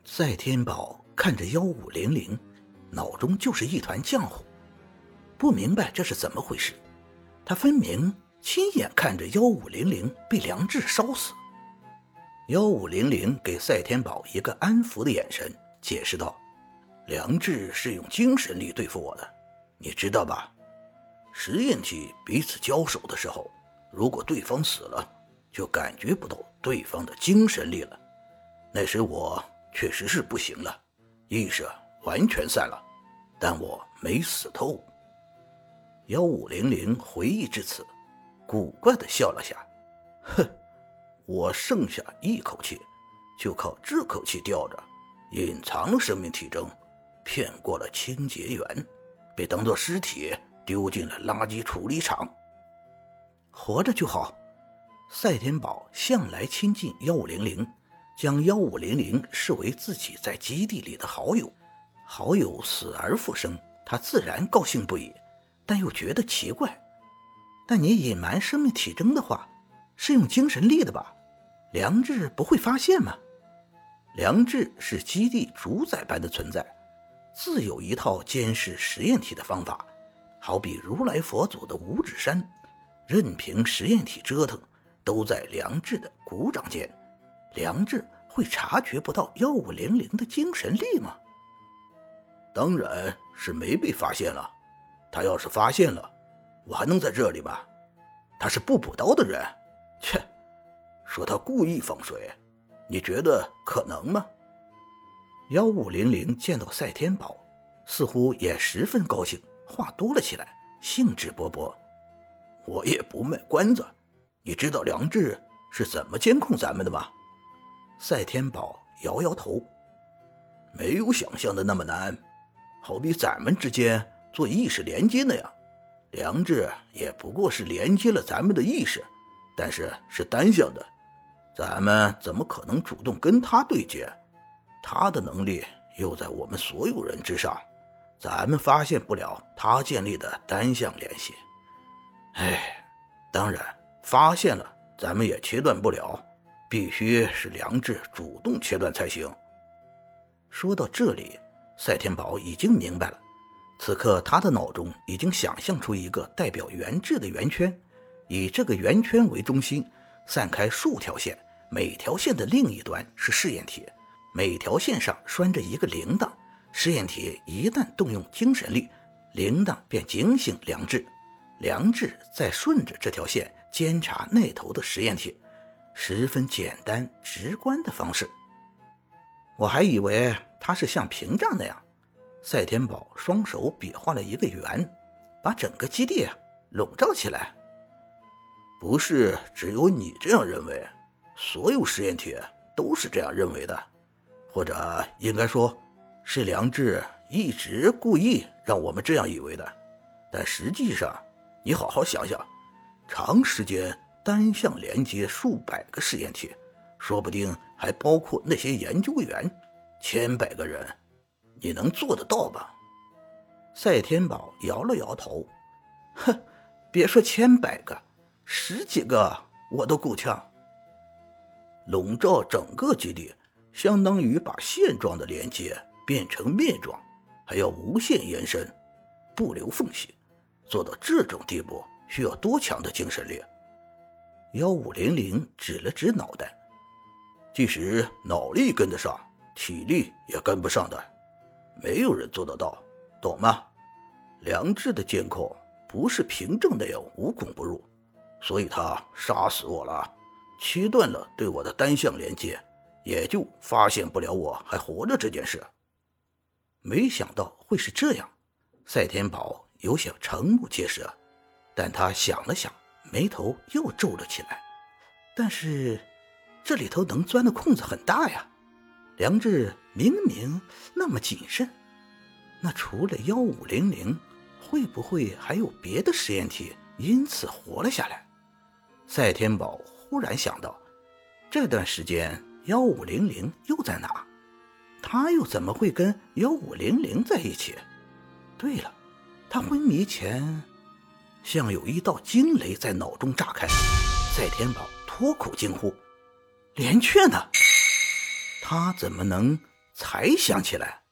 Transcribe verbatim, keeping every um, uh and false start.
赛天宝看着幺五零零，脑中就是一团浆糊，不明白这是怎么回事。他分明亲眼看着幺五零零被梁志烧死。幺五零零给赛天宝一个安抚的眼神，解释道：梁志是用精神力对付我的，你知道吧？实验体彼此交手的时候，如果对方死了，就感觉不到对方的精神力了。那时我确实是不行了，意识完全散了，但我没死透。幺五零零回忆至此，古怪地笑了下，哼，我剩下一口气，就靠这口气吊着，隐藏了生命体征，骗过了清洁员，被当作尸体丢进了垃圾处理厂。活着就好。赛天宝向来亲近幺五零零，将幺五零零视为自己在基地里的好友，好友死而复生，他自然高兴不已，但又觉得奇怪。但你隐瞒生命体征的话，是用精神力的吧？梁志不会发现吗？梁志是基地主宰般的存在，自有一套监视实验体的方法，好比如来佛祖的五指山，任凭实验体折腾，都在梁志的鼓掌间。梁志会察觉不到幺五零零的精神力吗？当然是没被发现了。他要是发现了，我还能在这里吗？他是不补刀的人，切，说他故意放水，你觉得可能吗？幺五零零见到赛天宝，似乎也十分高兴，话多了起来，兴致勃勃。我也不卖关子，你知道梁志是怎么监控咱们的吗？赛天宝摇摇头，没有想象的那么难，好比咱们之间做意识连接那样，梁志也不过是连接了咱们的意识，但是是单向的，咱们怎么可能主动跟他对接？他的能力又在我们所有人之上，咱们发现不了他建立的单向联系。哎，当然发现了咱们也切断不了，必须是梁志主动切断才行。说到这里，赛天宝已经明白了，此刻他的脑中已经想象出一个代表元智的圆圈，以这个圆圈为中心，散开数条线，每条线的另一端是试验体，每条线上拴着一个铃铛，试验体一旦动用精神力，铃铛便警醒梁志，梁志再顺着这条线监察那头的实验体，十分简单直观的方式。我还以为它是像屏障那样。赛天宝双手比划了一个圆，把整个基地啊笼罩起来。不是只有你这样认为，所有实验体都是这样认为的，或者应该说是梁志一直故意让我们这样以为的。但实际上你好好想想，长时间单向连接数百个实验体，说不定还包括那些研究员，千百个人，你能做得到吧？赛天宝摇了摇头，哼，别说千百个，十几个我都够呛。笼罩整个基地，相当于把线状的连接变成面状，还要无限延伸，不留缝隙。做到这种地步，需要多强的精神力？幺五零零指了指脑袋，即使脑力跟得上，体力也跟不上的，没有人做得到，懂吗？梁志的监控不是凭证那样无孔不入，所以他杀死我了，切断了对我的单向连接，也就发现不了我还活着这件事。没想到会是这样，赛天宝有想瞠目结舌，但他想了想，眉头又皱了起来。但是这里头能钻的空子很大呀，梁志明明那么谨慎，那除了幺五零零，会不会还有别的实验体因此活了下来？赛天宝忽然想到，这段时间幺五零零又在哪？他又怎么会跟幺五零零在一起？对了，他昏迷前像有一道惊雷在脑中炸开，赛天宝脱口惊呼：连雀呢？他怎么能才想起来